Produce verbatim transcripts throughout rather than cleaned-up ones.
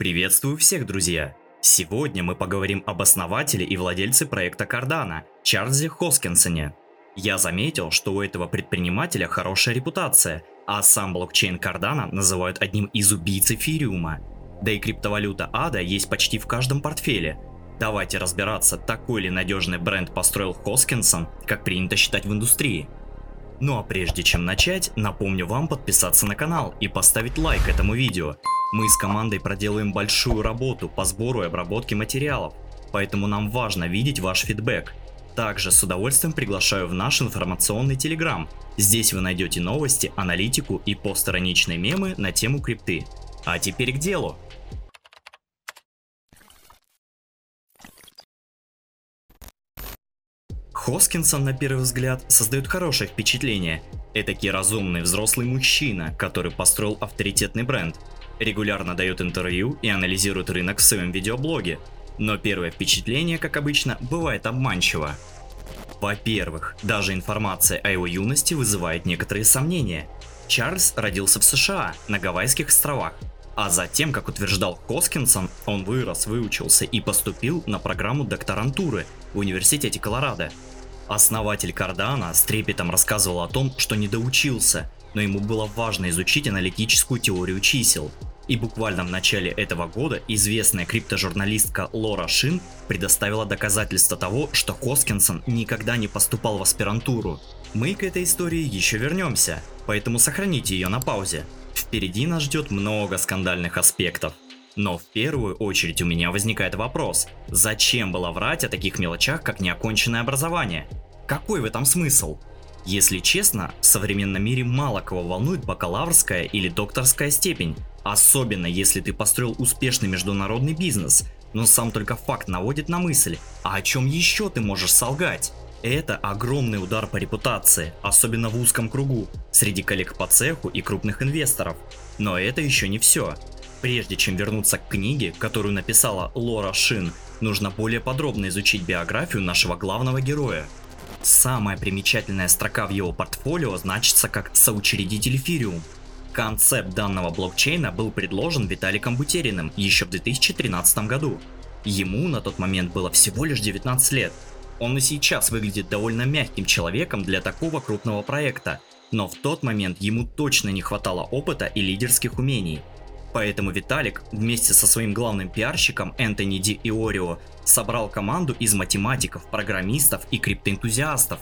Приветствую всех, друзья! Сегодня мы поговорим об основателе и владельце проекта Cardano, Чарльзе Хоскинсоне. Я заметил, что у этого предпринимателя хорошая репутация, а сам блокчейн Cardano называют одним из убийц эфириума. Да и криптовалюта ада есть почти в каждом портфеле. Давайте разбираться, такой ли надежный бренд построил Хоскинсон, как принято считать в индустрии. Ну а прежде чем начать, напомню вам подписаться на канал и поставить лайк этому видео. Мы с командой проделаем большую работу по сбору и обработке материалов, поэтому нам важно видеть ваш фидбэк. Также с удовольствием приглашаю в наш информационный телеграм. Здесь вы найдете новости, аналитику и постраничные мемы на тему крипты. А теперь к делу. Хоскинсон, на первый взгляд, создает хорошее впечатление. Этакий разумный взрослый мужчина, который построил авторитетный бренд. Регулярно дает интервью и анализирует рынок в своем видеоблоге. Но первое впечатление, как обычно, бывает обманчиво. Во-первых, даже информация о его юности вызывает некоторые сомнения. Чарльз родился в США, на Гавайских островах. А затем, как утверждал Хоскинсон, он вырос, выучился и поступил на программу докторантуры в Университете Колорадо. Основатель Cardano с трепетом рассказывал о том, что не доучился, но ему было важно изучить аналитическую теорию чисел. И буквально в начале этого года известная криптожурналистка Лора Шин предоставила доказательства того, что Хоскинсон никогда не поступал в аспирантуру. Мы к этой истории еще вернемся, поэтому сохраните ее на паузе. Впереди нас ждет много скандальных аспектов. Но в первую очередь у меня возникает вопрос, зачем было врать о таких мелочах, как неоконченное образование? Какой в этом смысл? Если честно, в современном мире мало кого волнует бакалаврская или докторская степень, особенно если ты построил успешный международный бизнес, но сам только факт наводит на мысль, а о чем еще ты можешь солгать? Это огромный удар по репутации, особенно в узком кругу, среди коллег по цеху и крупных инвесторов. Но это еще не все. Прежде чем вернуться к книге, которую написала Лора Шин, нужно более подробно изучить биографию нашего главного героя. Самая примечательная строка в его портфолио значится как соучредитель эфириум. Концепт данного блокчейна был предложен Виталиком Бутериным еще в две тысячи тринадцатом году. Ему на тот момент было всего лишь девятнадцать лет. Он и сейчас выглядит довольно мягким человеком для такого крупного проекта, но в тот момент ему точно не хватало опыта и лидерских умений. Поэтому Виталик вместе со своим главным пиарщиком Энтони Ди Иорио собрал команду из математиков, программистов и криптоэнтузиастов.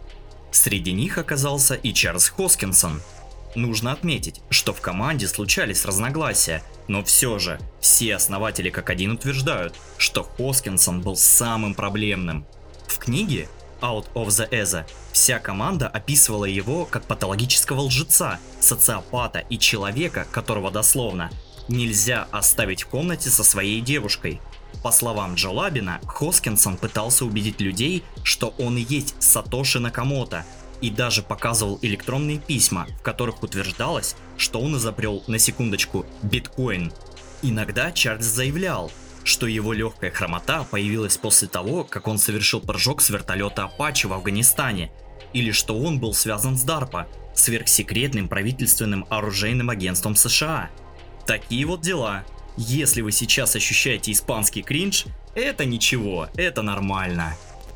Среди них оказался и Чарльз Хоскинсон. Нужно отметить, что в команде случались разногласия, но все же все основатели как один утверждают, что Хоскинсон был самым проблемным. В книге Out of the Eza вся команда описывала его как патологического лжеца, социопата и человека, которого дословно нельзя оставить в комнате со своей девушкой. По словам Джо Лабина, Хоскинсон пытался убедить людей, что он и есть Сатоши Накамото, и даже показывал электронные письма, в которых утверждалось, что он изобрел, на секундочку, биткоин. Иногда Чарльз заявлял, что его легкая хромота появилась после того, как он совершил прыжок с вертолета Apache в Афганистане, или что он был связан с дарпа, сверхсекретным правительственным оружейным агентством США. Такие вот дела. Если вы сейчас ощущаете испанский кринж, это ничего, это нормально.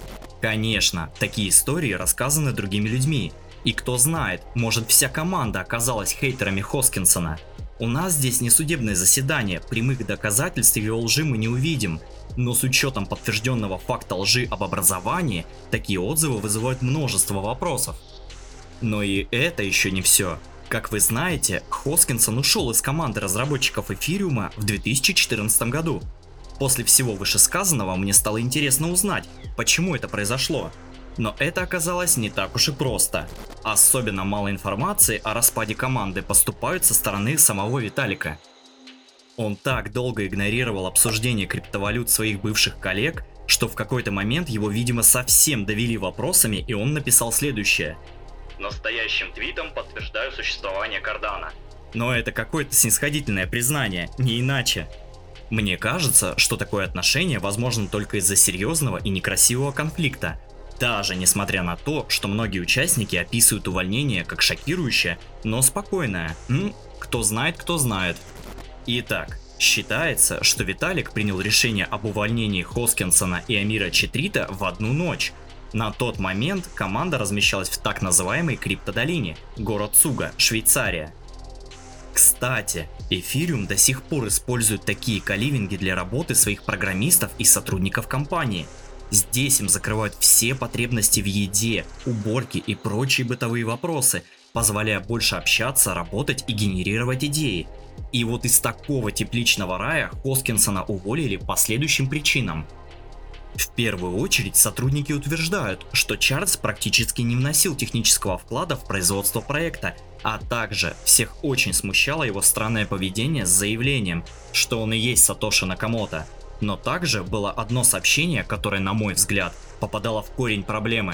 Конечно, такие истории рассказаны другими людьми, и кто знает, может вся команда оказалась хейтерами Хоскинсона. У нас здесь не судебное заседание, прямых доказательств его лжи мы не увидим, но с учетом подтвержденного факта лжи об образовании, такие отзывы вызывают множество вопросов. Но и это еще не все. Как вы знаете, Хоскинсон ушел из команды разработчиков эфириума в две тысячи четырнадцатом году. После всего вышесказанного мне стало интересно узнать, почему это произошло. Но это оказалось не так уж и просто. Особенно мало информации о распаде команды поступают со стороны самого Виталика. Он так долго игнорировал обсуждение криптовалют своих бывших коллег, что в какой-то момент его, видимо, совсем довели вопросами, и он написал следующее. Настоящим твитом подтверждаю существование Cardano. Но это какое-то снисходительное признание, не иначе. Мне кажется, что такое отношение возможно только из-за серьезного и некрасивого конфликта. Даже несмотря на то, что многие участники описывают увольнение как шокирующее, но спокойное. М? Кто знает, кто знает. Итак, Считается, что Виталик принял решение об увольнении Хоскинсона и Амира Четрита в одну ночь. На тот момент команда размещалась в так называемой криптодолине, город Цуга, Швейцария. Кстати, Эфириум до сих пор использует такие коливинги для работы своих программистов и сотрудников компании. Здесь им закрывают все потребности в еде, уборке и прочие бытовые вопросы, позволяя больше общаться, работать и генерировать идеи. И вот из такого тепличного рая Хоскинсона уволили по следующим причинам. В первую очередь сотрудники утверждают, что Чарльз практически не вносил технического вклада в производство проекта, а также всех очень смущало его странное поведение с заявлением, что он и есть Сатоши Накамото. Но также было одно сообщение, которое, на мой взгляд, попадало в корень проблемы.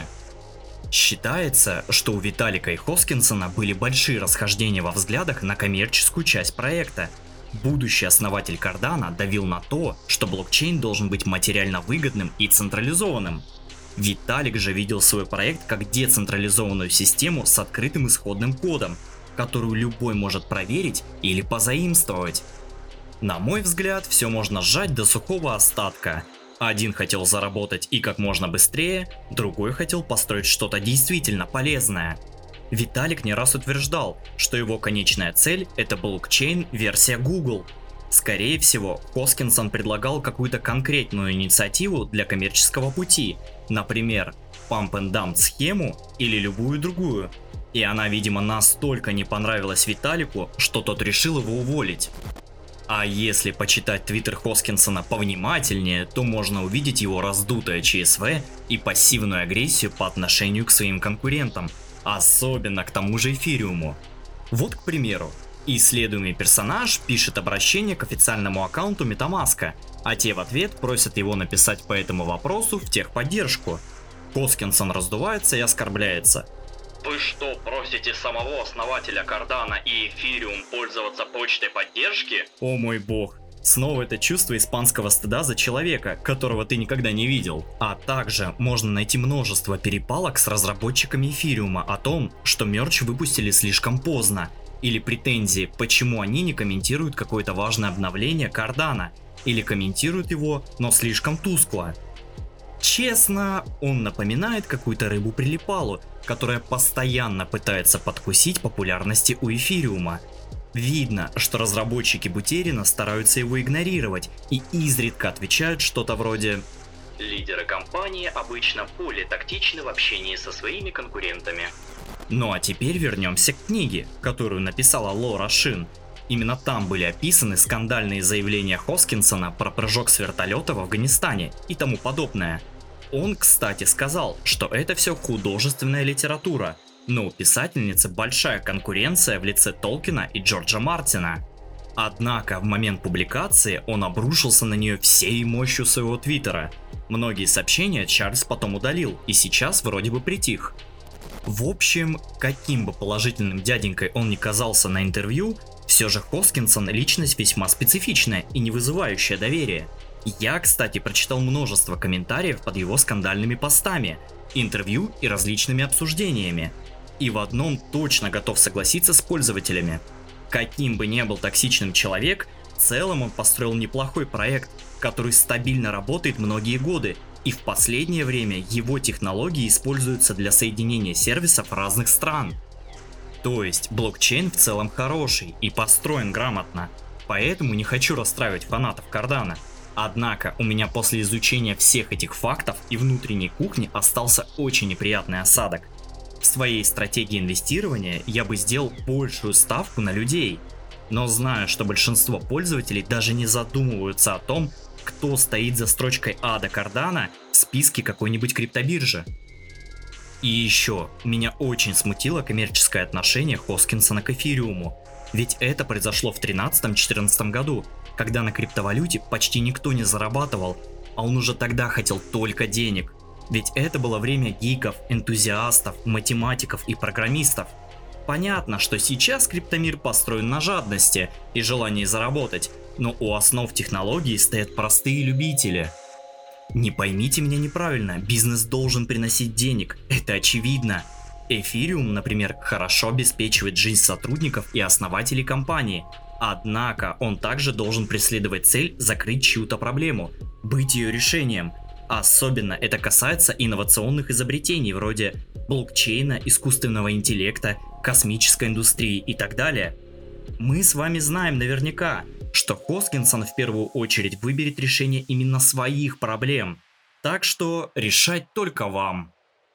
Считается, что у Виталика и Хоскинсона были большие расхождения во взглядах на коммерческую часть проекта. Будущий основатель Cardano давил на то, что блокчейн должен быть материально выгодным и централизованным. Виталик же видел свой проект как децентрализованную систему с открытым исходным кодом, которую любой может проверить или позаимствовать. На мой взгляд, все можно сжать до сухого остатка. Один хотел заработать и как можно быстрее, другой хотел построить что-то действительно полезное. Виталик не раз утверждал, что его конечная цель – это блокчейн-версия Google. Скорее всего, Хоскинсон предлагал какую-то конкретную инициативу для коммерческого пути, например, Pump and Dump схему или любую другую. И она, видимо, настолько не понравилась Виталику, что тот решил его уволить. А если почитать твиттер Хоскинсона повнимательнее, то можно увидеть его раздутое ЧСВ и пассивную агрессию по отношению к своим конкурентам, особенно к тому же Эфириуму. Вот, к примеру, исследуемый персонаж пишет обращение к официальному аккаунту MetaMask, а те в ответ просят его написать по этому вопросу в техподдержку. Хоскинсон раздувается и оскорбляется. Вы что, просите самого основателя Cardano и Эфириум пользоваться почтой поддержки? О мой бог. Снова это чувство испанского стыда за человека, которого ты никогда не видел. А также можно найти множество перепалок с разработчиками Эфириума о том, что мерч выпустили слишком поздно. Или претензии, почему они не комментируют какое-то важное обновление Cardano. Или комментируют его, но слишком тускло. Честно, он напоминает какую-то рыбу-прилипалу, которая постоянно пытается подкусить популярности у Эфириума. Видно, что разработчики Бутерина стараются его игнорировать и изредка отвечают что-то вроде «Лидеры компании обычно более тактичны в общении со своими конкурентами». Ну а теперь вернемся к книге, которую написала Лора Шин. Именно там были описаны скандальные заявления Хоскинсона про прыжок с вертолета в Афганистане и тому подобное. Он, кстати, сказал, что это все художественная литература, но у писательницы большая конкуренция в лице Толкина и Джорджа Мартина. Однако в момент публикации он обрушился на нее всей мощью своего твиттера. Многие сообщения Чарльз потом удалил и сейчас вроде бы притих. В общем, каким бы положительным дяденькой он ни казался на интервью, все же Хоскинсон личность весьма специфичная и не вызывающая доверия. Я, кстати, прочитал множество комментариев под его скандальными постами, интервью и различными обсуждениями. И в одном точно готов согласиться с пользователями. Каким бы ни был токсичным человек, в целом он построил неплохой проект, который стабильно работает многие годы, и в последнее время его технологии используются для соединения сервисов разных стран. То есть блокчейн в целом хороший и построен грамотно, поэтому не хочу расстраивать фанатов Cardano. Однако у меня после изучения всех этих фактов и внутренней кухни остался очень неприятный осадок. В своей стратегии инвестирования я бы сделал большую ставку на людей, но знаю, что большинство пользователей даже не задумываются о том, кто стоит за строчкой А до Cardano в списке какой-нибудь криптобиржи. И еще, меня очень смутило коммерческое отношение Хоскинсона к Эфириуму, ведь это произошло в тринадцатом-четырнадцатом году, когда на криптовалюте почти никто не зарабатывал, а он уже тогда хотел только денег. Ведь это было время гиков, энтузиастов, математиков и программистов. Понятно, что сейчас криптомир построен на жадности и желании заработать, но у основ технологий стоят простые любители. Не поймите меня неправильно, бизнес должен приносить денег, это очевидно. Эфириум, например, хорошо обеспечивает жизнь сотрудников и основателей компании, Однако он также должен преследовать цель закрыть чью-то проблему, быть ее решением. Особенно это касается инновационных изобретений вроде блокчейна, искусственного интеллекта, космической индустрии и так далее. Мы с вами знаем наверняка, что Хоскинсон в первую очередь выберет решение именно своих проблем. Так что решать только вам.